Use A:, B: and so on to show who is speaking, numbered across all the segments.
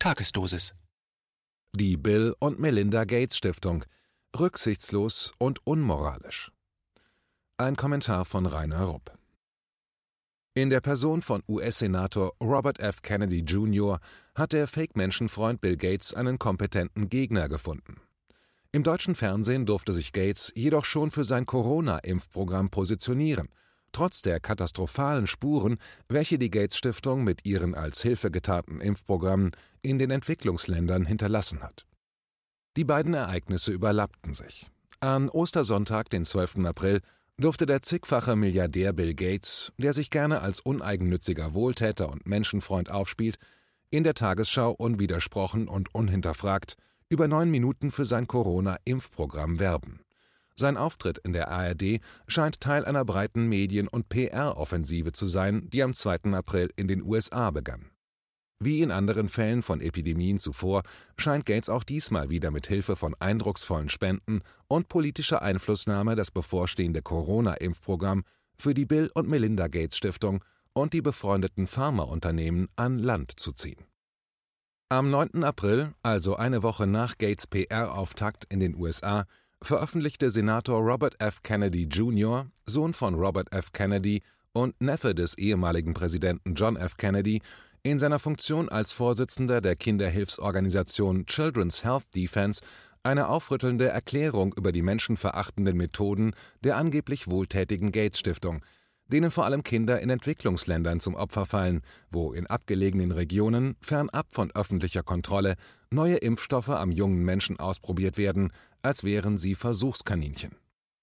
A: Tagesdosis.
B: Die Bill und Melinda Gates Stiftung. Rücksichtslos und unmoralisch. Ein Kommentar von Rainer Rupp. In der Person von US-Senator Robert F. Kennedy Jr. hat der Fake-Menschenfreund Bill Gates einen kompetenten Gegner gefunden. Im deutschen Fernsehen durfte sich Gates jedoch schon für sein Corona-Impfprogramm positionieren, trotz der katastrophalen Spuren, welche die Gates-Stiftung mit ihren als Hilfe getarnten Impfprogrammen in den Entwicklungsländern hinterlassen hat. Die beiden Ereignisse überlappten sich. An Ostersonntag, den 12. April, durfte der zigfache Milliardär Bill Gates, der sich gerne als uneigennütziger Wohltäter und Menschenfreund aufspielt, in der Tagesschau unwidersprochen und unhinterfragt über 9 Minuten für sein Corona-Impfprogramm werben. Sein Auftritt in der ARD scheint Teil einer breiten Medien- und PR-Offensive zu sein, die am 2. April in den USA begann. Wie in anderen Fällen von Epidemien zuvor scheint Gates auch diesmal wieder mit Hilfe von eindrucksvollen Spenden und politischer Einflussnahme das bevorstehende Corona-Impfprogramm für die Bill und Melinda Gates Stiftung und die befreundeten Pharmaunternehmen an Land zu ziehen. Am 9. April, also eine Woche nach Gates PR-Auftakt in den USA, veröffentlichte Senator Robert F. Kennedy Jr., Sohn von Robert F. Kennedy und Neffe des ehemaligen Präsidenten John F. Kennedy, in seiner Funktion als Vorsitzender der Kinderhilfsorganisation Children's Health Defense eine aufrüttelnde Erklärung über die menschenverachtenden Methoden der angeblich wohltätigen Gates-Stiftung, denen vor allem Kinder in Entwicklungsländern zum Opfer fallen, wo in abgelegenen Regionen, fernab von öffentlicher Kontrolle, neue Impfstoffe am jungen Menschen ausprobiert werden, als wären sie Versuchskaninchen.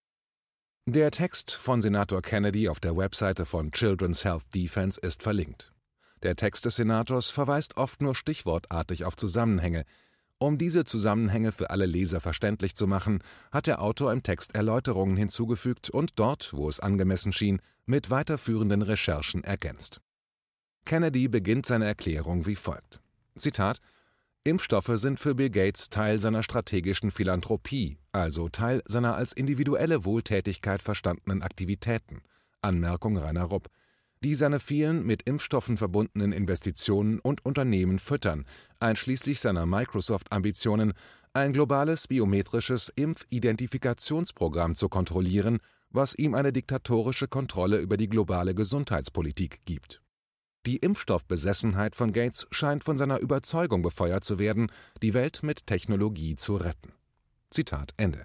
B: Der Text von Senator Kennedy auf der Webseite von Children's Health Defense ist verlinkt. Der Text des Senators verweist oft nur stichwortartig auf Zusammenhänge. Um diese Zusammenhänge für alle Leser verständlich zu machen, hat der Autor im Text Erläuterungen hinzugefügt und dort, wo es angemessen schien, mit weiterführenden Recherchen ergänzt. Kennedy beginnt seine Erklärung wie folgt. Zitat: Impfstoffe sind für Bill Gates Teil seiner strategischen Philanthropie, also Teil seiner als individuelle Wohltätigkeit verstandenen Aktivitäten. Anmerkung Rainer Rupp. Die seine vielen mit Impfstoffen verbundenen Investitionen und Unternehmen füttern, einschließlich seiner Microsoft-Ambitionen, ein globales biometrisches Impfidentifikationsprogramm zu kontrollieren, was ihm eine diktatorische Kontrolle über die globale Gesundheitspolitik gibt. Die Impfstoffbesessenheit von Gates scheint von seiner Überzeugung befeuert zu werden, die Welt mit Technologie zu retten. Zitat Ende.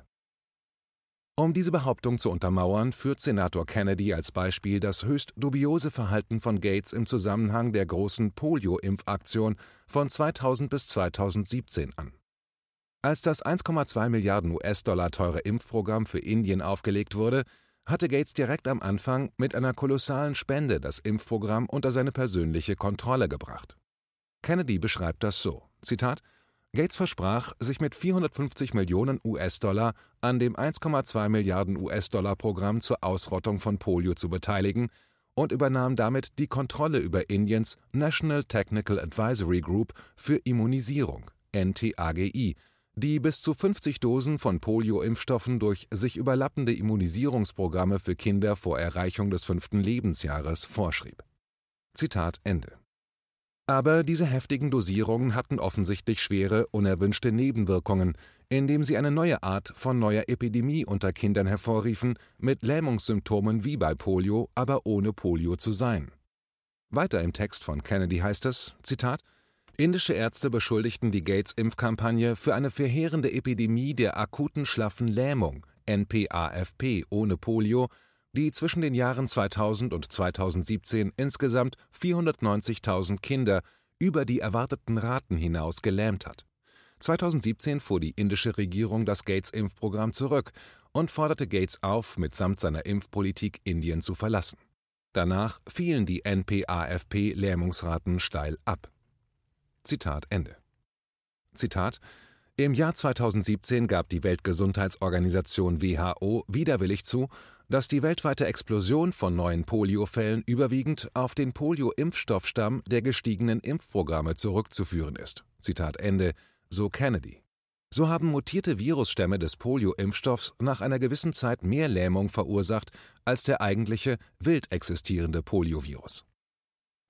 B: Um diese Behauptung zu untermauern, führt Senator Kennedy als Beispiel das höchst dubiose Verhalten von Gates im Zusammenhang der großen Polio-Impfaktion von 2000 bis 2017 an. Als das 1,2 Milliarden US-Dollar teure Impfprogramm für Indien aufgelegt wurde, hatte Gates direkt am Anfang mit einer kolossalen Spende das Impfprogramm unter seine persönliche Kontrolle gebracht. Kennedy beschreibt das so, Zitat: Gates versprach, sich mit 450 Millionen US-Dollar an dem 1,2 Milliarden US-Dollar-Programm zur Ausrottung von Polio zu beteiligen und übernahm damit die Kontrolle über Indiens National Technical Advisory Group für Immunisierung, NTAGI, die bis zu 50 Dosen von Polio-Impfstoffen durch sich überlappende Immunisierungsprogramme für Kinder vor Erreichung des 5. Lebensjahres vorschrieb. Zitat Ende. Aber diese heftigen Dosierungen hatten offensichtlich schwere, unerwünschte Nebenwirkungen, indem sie eine neue Art von neuer Epidemie unter Kindern hervorriefen, mit Lähmungssymptomen wie bei Polio, aber ohne Polio zu sein. Weiter im Text von Kennedy heißt es, Zitat: Indische Ärzte beschuldigten die Gates-Impfkampagne für eine verheerende Epidemie der akuten schlaffen Lähmung, NPAFP, ohne Polio, die zwischen den Jahren 2000 und 2017 insgesamt 490.000 Kinder über die erwarteten Raten hinaus gelähmt hat. 2017 fuhr die indische Regierung das Gates-Impfprogramm zurück und forderte Gates auf, mitsamt seiner Impfpolitik Indien zu verlassen. Danach fielen die NPAFP-Lähmungsraten steil ab. Zitat Ende. Zitat: Im Jahr 2017 gab die Weltgesundheitsorganisation WHO widerwillig zu, dass die weltweite Explosion von neuen Poliofällen überwiegend auf den Polio-Impfstoffstamm der gestiegenen Impfprogramme zurückzuführen ist. Zitat Ende, so Kennedy. So haben mutierte Virusstämme des Polio-Impfstoffs nach einer gewissen Zeit mehr Lähmung verursacht als der eigentliche wild existierende Poliovirus.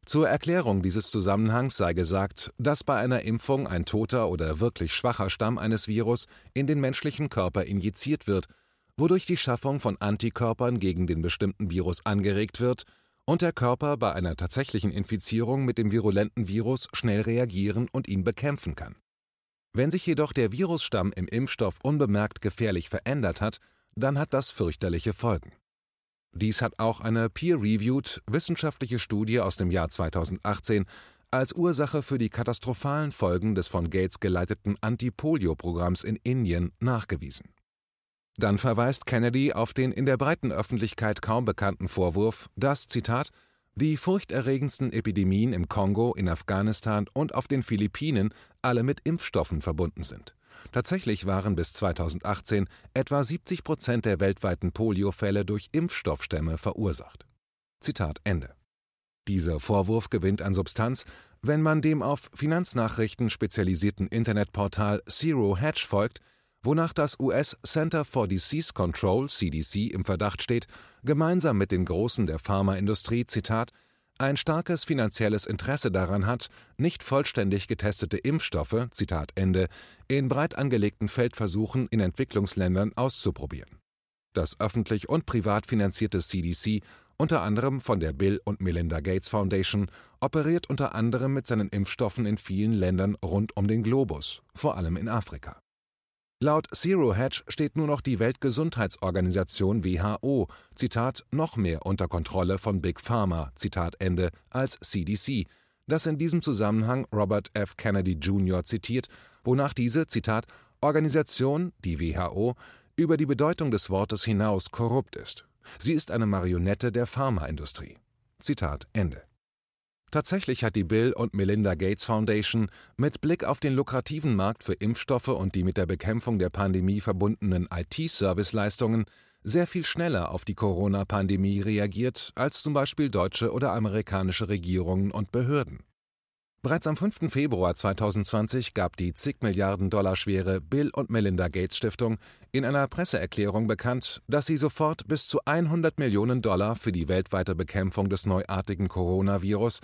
B: Zur Erklärung dieses Zusammenhangs sei gesagt, dass bei einer Impfung ein toter oder wirklich schwacher Stamm eines Virus in den menschlichen Körper injiziert wird, wodurch die Schaffung von Antikörpern gegen den bestimmten Virus angeregt wird und der Körper bei einer tatsächlichen Infizierung mit dem virulenten Virus schnell reagieren und ihn bekämpfen kann. Wenn sich jedoch der Virusstamm im Impfstoff unbemerkt gefährlich verändert hat, dann hat das fürchterliche Folgen. Dies hat auch eine peer-reviewed wissenschaftliche Studie aus dem Jahr 2018 als Ursache für die katastrophalen Folgen des von Gates geleiteten Anti-Polio-Programms in Indien nachgewiesen. Dann verweist Kennedy auf den in der breiten Öffentlichkeit kaum bekannten Vorwurf, dass, Zitat, die furchterregendsten Epidemien im Kongo, in Afghanistan und auf den Philippinen alle mit Impfstoffen verbunden sind. Tatsächlich waren bis 2018 etwa 70% der weltweiten Poliofälle durch Impfstoffstämme verursacht. Zitat Ende. Dieser Vorwurf gewinnt an Substanz, wenn man dem auf Finanznachrichten spezialisierten Internetportal Zero Hedge folgt, wonach das US Center for Disease Control (CDC) im Verdacht steht, gemeinsam mit den Großen der Pharmaindustrie, Zitat, ein starkes finanzielles Interesse daran hat, nicht vollständig getestete Impfstoffe, Zitat Ende, in breit angelegten Feldversuchen in Entwicklungsländern auszuprobieren. Das öffentlich und privat finanzierte CDC, unter anderem von der Bill und Melinda Gates Foundation, operiert unter anderem mit seinen Impfstoffen in vielen Ländern rund um den Globus, vor allem in Afrika. Laut Zero Hedge steht nur noch die Weltgesundheitsorganisation WHO, Zitat, noch mehr unter Kontrolle von Big Pharma, Zitat Ende, als CDC, das in diesem Zusammenhang Robert F. Kennedy Jr. zitiert, wonach diese, Zitat, Organisation, die WHO, über die Bedeutung des Wortes hinaus korrupt ist. Sie ist eine Marionette der Pharmaindustrie. Zitat Ende. Tatsächlich hat die Bill und Melinda Gates Foundation mit Blick auf den lukrativen Markt für Impfstoffe und die mit der Bekämpfung der Pandemie verbundenen IT-Serviceleistungen sehr viel schneller auf die Corona-Pandemie reagiert als zum Beispiel deutsche oder amerikanische Regierungen und Behörden. Bereits am 5. Februar 2020 gab die zig Milliarden Dollar schwere Bill und Melinda Gates Stiftung in einer Presseerklärung bekannt, dass sie sofort bis zu 100 Millionen Dollar für die weltweite Bekämpfung des neuartigen Coronavirus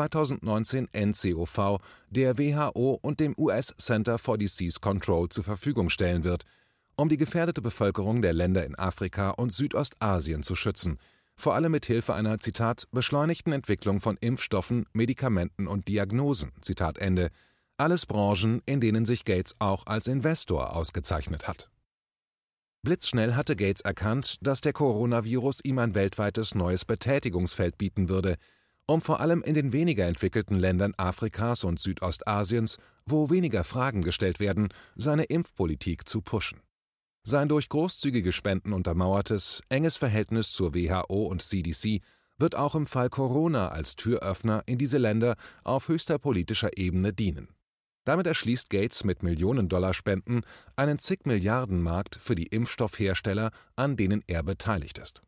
B: 2019 nCoV der WHO und dem US Center for Disease Control zur Verfügung stellen wird, um die gefährdete Bevölkerung der Länder in Afrika und Südostasien zu schützen, vor allem mit Hilfe einer, Zitat, beschleunigten Entwicklung von Impfstoffen, Medikamenten und Diagnosen, Zitat Ende, alles Branchen, in denen sich Gates auch als Investor ausgezeichnet hat. Blitzschnell hatte Gates erkannt, dass der Coronavirus ihm ein weltweites neues Betätigungsfeld bieten würde, um vor allem in den weniger entwickelten Ländern Afrikas und Südostasiens, wo weniger Fragen gestellt werden, seine Impfpolitik zu pushen. Sein durch großzügige Spenden untermauertes, enges Verhältnis zur WHO und CDC wird auch im Fall Corona als Türöffner in diese Länder auf höchster politischer Ebene dienen. Damit erschließt Gates mit Millionen-Dollar-Spenden einen zig-Milliarden-Markt für die Impfstoffhersteller, an denen er beteiligt ist.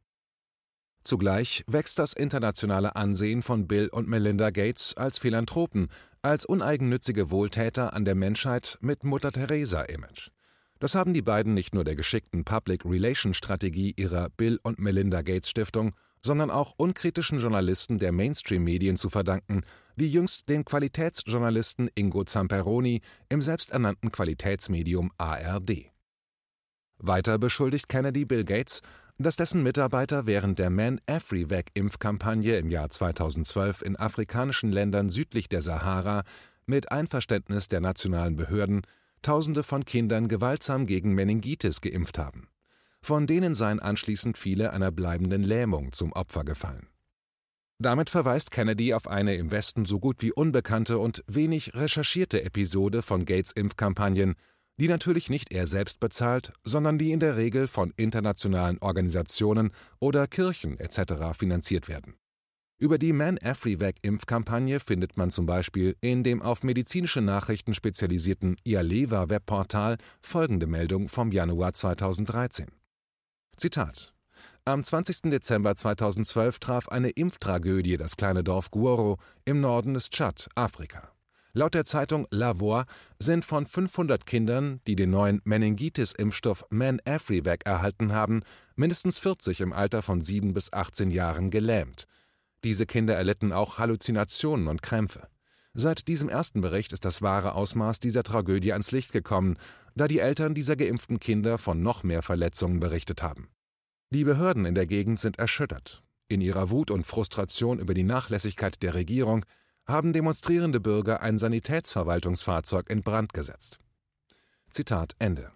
B: Zugleich wächst das internationale Ansehen von Bill und Melinda Gates als Philanthropen, als uneigennützige Wohltäter an der Menschheit mit Mutter-Teresa-Image. Das haben die beiden nicht nur der geschickten Public-Relations-Strategie ihrer Bill und Melinda Gates Stiftung, sondern auch unkritischen Journalisten der Mainstream-Medien zu verdanken, wie jüngst dem Qualitätsjournalisten Ingo Zamperoni im selbsternannten Qualitätsmedium ARD. Weiter beschuldigt Kennedy Bill Gates, dass dessen Mitarbeiter während der Man-Afrivac-Impfkampagne im Jahr 2012 in afrikanischen Ländern südlich der Sahara mit Einverständnis der nationalen Behörden Tausende von Kindern gewaltsam gegen Meningitis geimpft haben. Von denen seien anschließend viele einer bleibenden Lähmung zum Opfer gefallen. Damit verweist Kennedy auf eine im Westen so gut wie unbekannte und wenig recherchierte Episode von Gates' Impfkampagnen, die natürlich nicht er selbst bezahlt, sondern die in der Regel von internationalen Organisationen oder Kirchen etc. finanziert werden. Über die Man-Afrivac-Impfkampagne findet man zum Beispiel in dem auf medizinische Nachrichten spezialisierten Ialeva-Webportal folgende Meldung vom Januar 2013. Zitat: Am 20. Dezember 2012 traf eine Impftragödie das kleine Dorf Gouoro im Norden des Tschad, Afrika. Laut der Zeitung La Voix sind von 500 Kindern, die den neuen Meningitis-Impfstoff Man-Afrivac erhalten haben, mindestens 40 im Alter von 7 bis 18 Jahren gelähmt. Diese Kinder erlitten auch Halluzinationen und Krämpfe. Seit diesem ersten Bericht ist das wahre Ausmaß dieser Tragödie ans Licht gekommen, da die Eltern dieser geimpften Kinder von noch mehr Verletzungen berichtet haben. Die Behörden in der Gegend sind erschüttert. In ihrer Wut und Frustration über die Nachlässigkeit der Regierung haben demonstrierende Bürger ein Sanitätsverwaltungsfahrzeug in Brand gesetzt. Zitat Ende.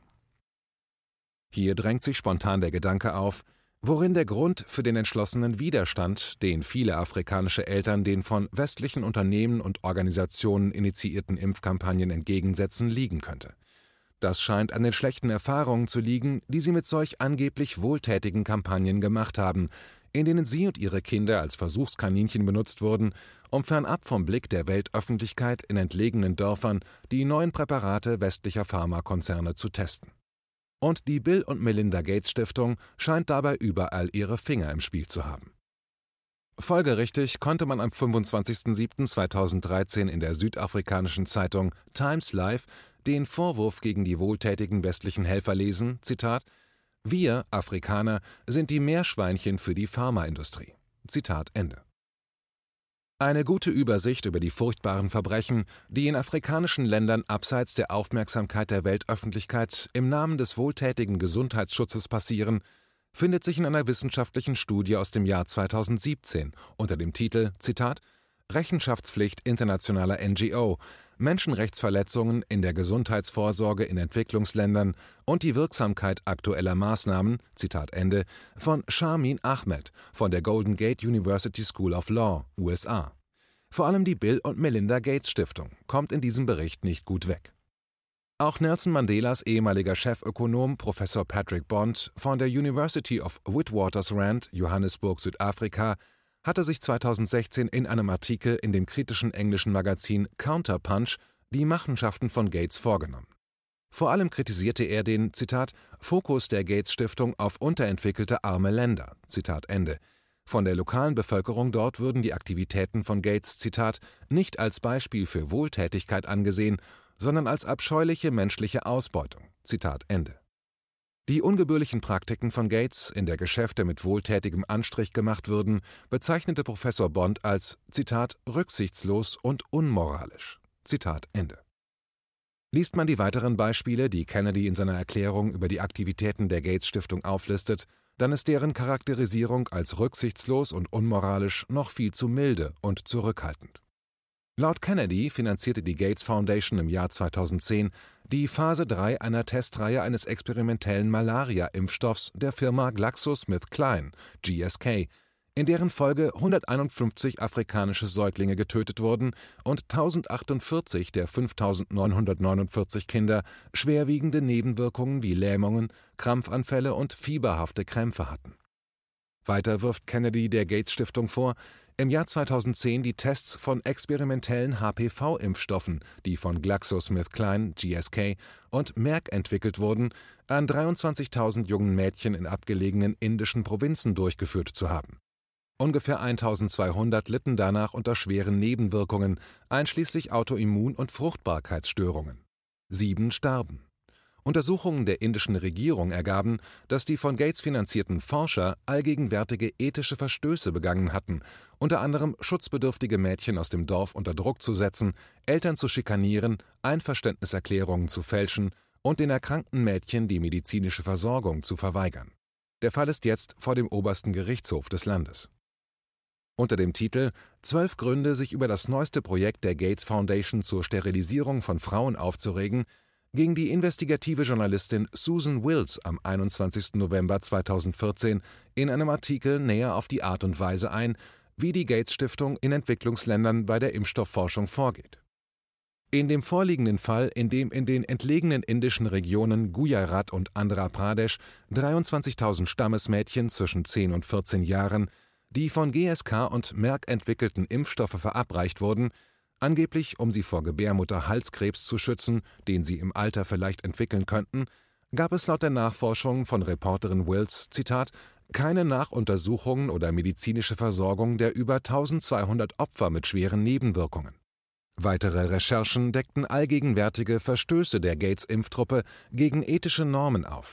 B: Hier drängt sich spontan der Gedanke auf, worin der Grund für den entschlossenen Widerstand, den viele afrikanische Eltern den von westlichen Unternehmen und Organisationen initiierten Impfkampagnen entgegensetzen, liegen könnte. Das scheint an den schlechten Erfahrungen zu liegen, die sie mit solch angeblich wohltätigen Kampagnen gemacht haben, in denen sie und ihre Kinder als Versuchskaninchen benutzt wurden, um fernab vom Blick der Weltöffentlichkeit in entlegenen Dörfern die neuen Präparate westlicher Pharmakonzerne zu testen. Und die Bill und Melinda Gates Stiftung scheint dabei überall ihre Finger im Spiel zu haben. Folgerichtig konnte man am 25.07.2013 in der südafrikanischen Zeitung Times Live den Vorwurf gegen die wohltätigen westlichen Helfer lesen, Zitat, „Wir, Afrikaner, sind die Meerschweinchen für die Pharmaindustrie." Zitat Ende. Eine gute Übersicht über die furchtbaren Verbrechen, die in afrikanischen Ländern abseits der Aufmerksamkeit der Weltöffentlichkeit im Namen des wohltätigen Gesundheitsschutzes passieren, findet sich in einer wissenschaftlichen Studie aus dem Jahr 2017 unter dem Titel, Zitat, „Rechenschaftspflicht internationaler NGO, Menschenrechtsverletzungen in der Gesundheitsvorsorge in Entwicklungsländern und die Wirksamkeit aktueller Maßnahmen", Zitat Ende, von Sharmin Ahmed von der Golden Gate University School of Law, USA. Vor allem die Bill und Melinda Gates Stiftung kommt in diesem Bericht nicht gut weg. Auch Nelson Mandelas ehemaliger Chefökonom Professor Patrick Bond von der University of Witwatersrand, Johannesburg, Südafrika, hatte sich 2016 in einem Artikel in dem kritischen englischen Magazin Counterpunch die Machenschaften von Gates vorgenommen. Vor allem kritisierte er den, Zitat, „Fokus der Gates-Stiftung auf unterentwickelte arme Länder", Zitat Ende. Von der lokalen Bevölkerung dort würden die Aktivitäten von Gates, Zitat, „nicht als Beispiel für Wohltätigkeit angesehen, sondern als abscheuliche menschliche Ausbeutung", Zitat Ende. Die ungebührlichen Praktiken von Gates, in der Geschäfte mit wohltätigem Anstrich gemacht würden, bezeichnete Professor Bond als, Zitat, „rücksichtslos und unmoralisch", Zitat Ende. Liest man die weiteren Beispiele, die Kennedy in seiner Erklärung über die Aktivitäten der Gates-Stiftung auflistet, dann ist deren Charakterisierung als rücksichtslos und unmoralisch noch viel zu milde und zurückhaltend. Laut Kennedy finanzierte die Gates Foundation im Jahr 2010 die Phase 3 einer Testreihe eines experimentellen Malaria-Impfstoffs der Firma GlaxoSmithKline, GSK, in deren Folge 151 afrikanische Säuglinge getötet wurden und 1048 der 5949 Kinder schwerwiegende Nebenwirkungen wie Lähmungen, Krampfanfälle und fieberhafte Krämpfe hatten. Weiter wirft Kennedy der Gates-Stiftung vor, im Jahr 2010 die Tests von experimentellen HPV-Impfstoffen, die von GlaxoSmithKline, GSK und Merck entwickelt wurden, an 23.000 jungen Mädchen in abgelegenen indischen Provinzen durchgeführt zu haben. Ungefähr 1.200 litten danach unter schweren Nebenwirkungen, einschließlich Autoimmun- und Fruchtbarkeitsstörungen. 7 starben. Untersuchungen der indischen Regierung ergaben, dass die von Gates finanzierten Forscher allgegenwärtige ethische Verstöße begangen hatten, unter anderem schutzbedürftige Mädchen aus dem Dorf unter Druck zu setzen, Eltern zu schikanieren, Einverständniserklärungen zu fälschen und den erkrankten Mädchen die medizinische Versorgung zu verweigern. Der Fall ist jetzt vor dem obersten Gerichtshof des Landes. Unter dem Titel »12 Gründe, sich über das neueste Projekt der Gates Foundation zur Sterilisierung von Frauen aufzuregen« ging die investigative Journalistin Susan Wills am 21. November 2014 in einem Artikel näher auf die Art und Weise ein, wie die Gates-Stiftung in Entwicklungsländern bei der Impfstoffforschung vorgeht. In dem vorliegenden Fall, in dem in den entlegenen indischen Regionen Gujarat und Andhra Pradesh 23.000 Stammesmädchen zwischen 10 und 14 Jahren die von GSK und Merck entwickelten Impfstoffe verabreicht wurden, angeblich um sie vor Gebärmutterhalskrebs zu schützen, den sie im Alter vielleicht entwickeln könnten, gab es laut der Nachforschung von Reporterin Wills, Zitat, keine Nachuntersuchungen oder medizinische Versorgung der über 1200 Opfer mit schweren Nebenwirkungen. Weitere Recherchen deckten allgegenwärtige Verstöße der Gates-Impftruppe gegen ethische Normen auf.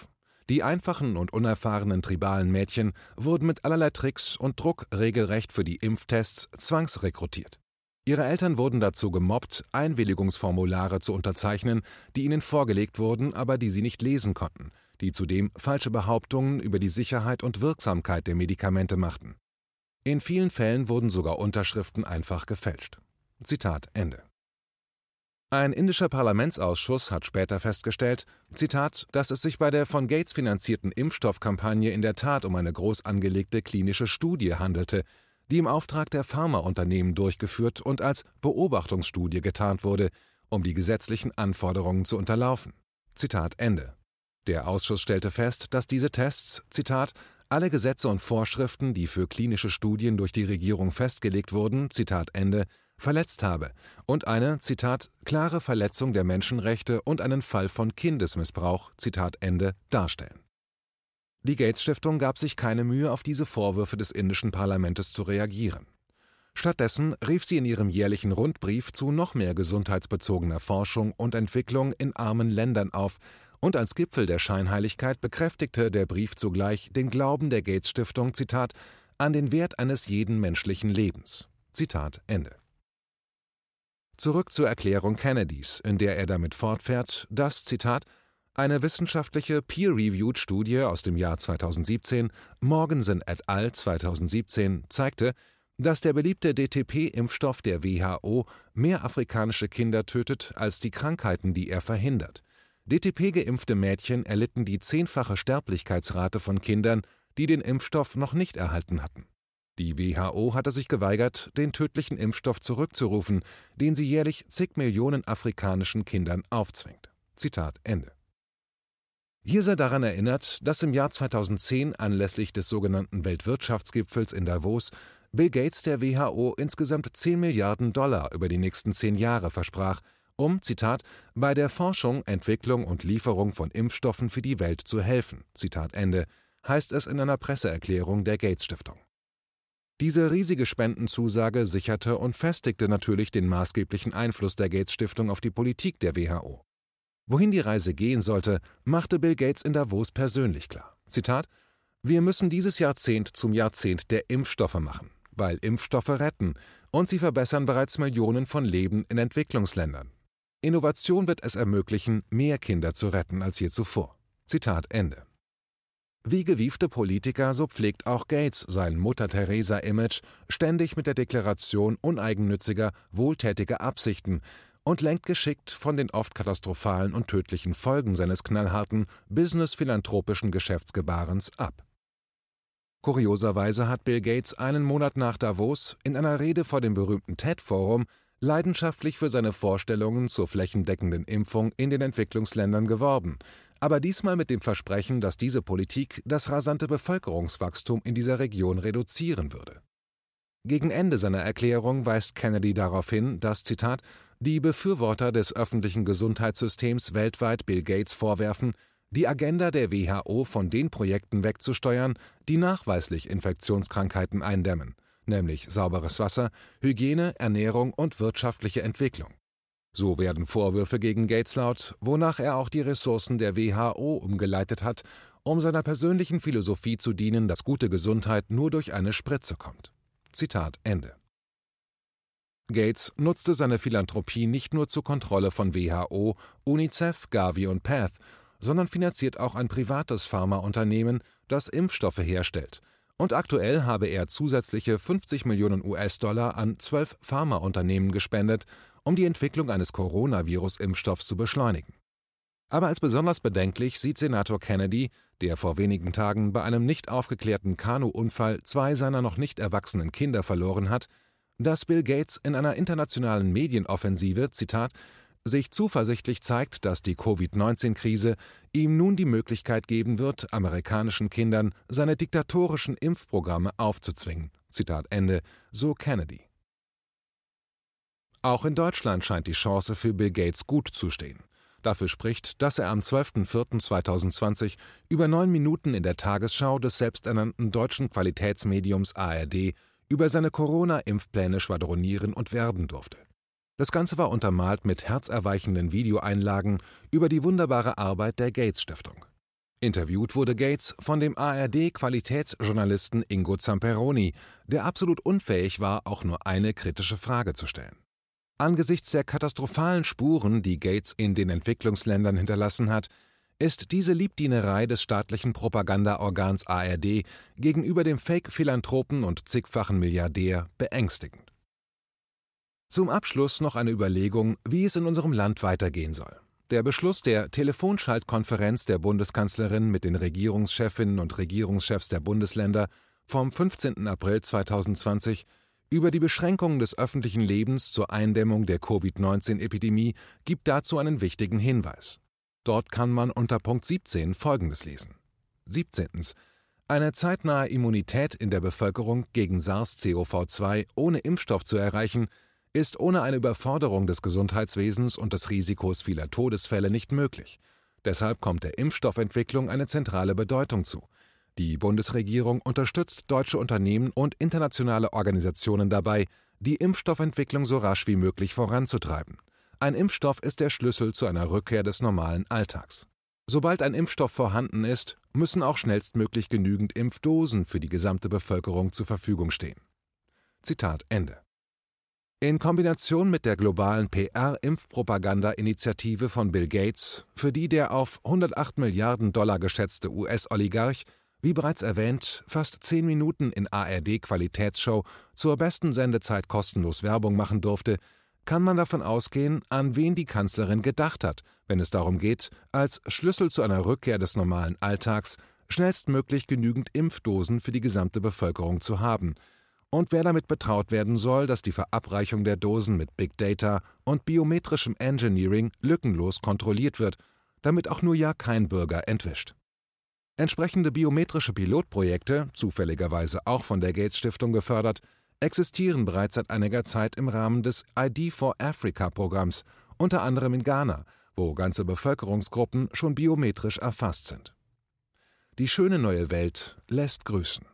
B: Die einfachen und unerfahrenen tribalen Mädchen wurden mit allerlei Tricks und Druck regelrecht für die Impftests zwangsrekrutiert. Ihre Eltern wurden dazu gemobbt, Einwilligungsformulare zu unterzeichnen, die ihnen vorgelegt wurden, aber die sie nicht lesen konnten, die zudem falsche Behauptungen über die Sicherheit und Wirksamkeit der Medikamente machten. In vielen Fällen wurden sogar Unterschriften einfach gefälscht. Zitat Ende. Ein indischer Parlamentsausschuss hat später festgestellt, Zitat, dass es sich bei der von Gates finanzierten Impfstoffkampagne in der Tat um eine groß angelegte klinische Studie handelte, die im Auftrag der Pharmaunternehmen durchgeführt und als Beobachtungsstudie getarnt wurde, um die gesetzlichen Anforderungen zu unterlaufen. Zitat Ende. Der Ausschuss stellte fest, dass diese Tests, Zitat, alle Gesetze und Vorschriften, die für klinische Studien durch die Regierung festgelegt wurden, Zitat Ende, verletzt habe und eine, Zitat, klare Verletzung der Menschenrechte und einen Fall von Kindesmissbrauch, Zitat Ende, darstellen. Die Gates-Stiftung gab sich keine Mühe, auf diese Vorwürfe des indischen Parlaments zu reagieren. Stattdessen rief sie in ihrem jährlichen Rundbrief zu noch mehr gesundheitsbezogener Forschung und Entwicklung in armen Ländern auf, und als Gipfel der Scheinheiligkeit bekräftigte der Brief zugleich den Glauben der Gates-Stiftung, Zitat, an den Wert eines jeden menschlichen Lebens. Zitat Ende. Zurück zur Erklärung Kennedys, in der er damit fortfährt, dass, Zitat, eine wissenschaftliche peer-reviewed Studie aus dem Jahr 2017, Morgensen et al. 2017, zeigte, dass der beliebte DTP-Impfstoff der WHO mehr afrikanische Kinder tötet als die Krankheiten, die er verhindert. DTP-geimpfte Mädchen erlitten die 10-fache Sterblichkeitsrate von Kindern, die den Impfstoff noch nicht erhalten hatten. Die WHO hatte sich geweigert, den tödlichen Impfstoff zurückzurufen, den sie jährlich zig Millionen afrikanischen Kindern aufzwingt. Zitat Ende. Hier sei daran erinnert, dass im Jahr 2010 anlässlich des sogenannten Weltwirtschaftsgipfels in Davos Bill Gates der WHO insgesamt 10 Milliarden Dollar über die nächsten 10 Jahre versprach, um, Zitat, bei der Forschung, Entwicklung und Lieferung von Impfstoffen für die Welt zu helfen, Zitat Ende, heißt es in einer Presseerklärung der Gates-Stiftung. Diese riesige Spendenzusage sicherte und festigte natürlich den maßgeblichen Einfluss der Gates-Stiftung auf die Politik der WHO. Wohin die Reise gehen sollte, machte Bill Gates in Davos persönlich klar. Zitat: Wir müssen dieses Jahrzehnt zum Jahrzehnt der Impfstoffe machen, weil Impfstoffe retten und sie verbessern bereits Millionen von Leben in Entwicklungsländern. Innovation wird es ermöglichen, mehr Kinder zu retten als je zuvor. Zitat Ende. Wie gewiefte Politiker, so pflegt auch Gates sein Mutter-Teresa-Image ständig mit der Deklaration uneigennütziger, wohltätiger Absichten und lenkt geschickt von den oft katastrophalen und tödlichen Folgen seines knallharten, business-philanthropischen Geschäftsgebarens ab. Kurioserweise hat Bill Gates einen Monat nach Davos in einer Rede vor dem berühmten TED-Forum leidenschaftlich für seine Vorstellungen zur flächendeckenden Impfung in den Entwicklungsländern geworben, aber diesmal mit dem Versprechen, dass diese Politik das rasante Bevölkerungswachstum in dieser Region reduzieren würde. Gegen Ende seiner Erklärung weist Kennedy darauf hin, dass, Zitat, die Befürworter des öffentlichen Gesundheitssystems weltweit Bill Gates vorwerfen, die Agenda der WHO von den Projekten wegzusteuern, die nachweislich Infektionskrankheiten eindämmen, nämlich sauberes Wasser, Hygiene, Ernährung und wirtschaftliche Entwicklung. So werden Vorwürfe gegen Gates laut, wonach er auch die Ressourcen der WHO umgeleitet hat, um seiner persönlichen Philosophie zu dienen, dass gute Gesundheit nur durch eine Spritze kommt. Zitat Ende. Gates nutzte seine Philanthropie nicht nur zur Kontrolle von WHO, UNICEF, Gavi und PATH, sondern finanziert auch ein privates Pharmaunternehmen, das Impfstoffe herstellt. Und aktuell habe er zusätzliche 50 Millionen US-Dollar an 12 Pharmaunternehmen gespendet, um die Entwicklung eines Coronavirus-Impfstoffs zu beschleunigen. Aber als besonders bedenklich sieht Senator Kennedy, der vor wenigen Tagen bei einem nicht aufgeklärten Kanu-Unfall 2 seiner noch nicht erwachsenen Kinder verloren hat, dass Bill Gates in einer internationalen Medienoffensive, Zitat, sich zuversichtlich zeigt, dass die Covid-19-Krise ihm nun die Möglichkeit geben wird, amerikanischen Kindern seine diktatorischen Impfprogramme aufzuzwingen. Zitat Ende, so Kennedy. Auch in Deutschland scheint die Chance für Bill Gates gut zu stehen. Dafür spricht, dass er am 12.04.2020 über 9 Minuten in der Tagesschau des selbsternannten deutschen Qualitätsmediums ARD über seine Corona-Impfpläne schwadronieren und werben durfte. Das Ganze war untermalt mit herzerweichenden Videoeinlagen über die wunderbare Arbeit der Gates-Stiftung. Interviewt wurde Gates von dem ARD-Qualitätsjournalisten Ingo Zamperoni, der absolut unfähig war, auch nur eine kritische Frage zu stellen. Angesichts der katastrophalen Spuren, die Gates in den Entwicklungsländern hinterlassen hat, ist diese Liebdienerei des staatlichen Propagandaorgans ARD gegenüber dem Fake-Philanthropen und zigfachen Milliardär beängstigend. Zum Abschluss noch eine Überlegung, wie es in unserem Land weitergehen soll. Der Beschluss der Telefonschaltkonferenz der Bundeskanzlerin mit den Regierungschefinnen und Regierungschefs der Bundesländer vom 15. April 2020 über die Beschränkungen des öffentlichen Lebens zur Eindämmung der Covid-19-Epidemie gibt dazu einen wichtigen Hinweis. Dort kann man unter Punkt 17 Folgendes lesen. 17. Eine zeitnahe Immunität in der Bevölkerung gegen SARS-CoV-2 ohne Impfstoff zu erreichen, ist ohne eine Überforderung des Gesundheitswesens und des Risikos vieler Todesfälle nicht möglich. Deshalb kommt der Impfstoffentwicklung eine zentrale Bedeutung zu. Die Bundesregierung unterstützt deutsche Unternehmen und internationale Organisationen dabei, die Impfstoffentwicklung so rasch wie möglich voranzutreiben. Ein Impfstoff ist der Schlüssel zu einer Rückkehr des normalen Alltags. Sobald ein Impfstoff vorhanden ist, müssen auch schnellstmöglich genügend Impfdosen für die gesamte Bevölkerung zur Verfügung stehen. Zitat Ende. In Kombination mit der globalen PR-Impfpropaganda-Initiative von Bill Gates, für die der auf 108 Milliarden $ geschätzte US-Oligarch, wie bereits erwähnt, fast 10 Minuten in ARD-Qualitätsshow zur besten Sendezeit kostenlos Werbung machen durfte, kann man davon ausgehen, an wen die Kanzlerin gedacht hat, wenn es darum geht, als Schlüssel zu einer Rückkehr des normalen Alltags schnellstmöglich genügend Impfdosen für die gesamte Bevölkerung zu haben, und wer damit betraut werden soll, dass die Verabreichung der Dosen mit Big Data und biometrischem Engineering lückenlos kontrolliert wird, damit auch nur ja kein Bürger entwischt. Entsprechende biometrische Pilotprojekte, zufälligerweise auch von der Gates-Stiftung gefördert, existieren bereits seit einiger Zeit im Rahmen des ID4Africa-Programms, unter anderem in Ghana, wo ganze Bevölkerungsgruppen schon biometrisch erfasst sind. Die schöne neue Welt lässt grüßen.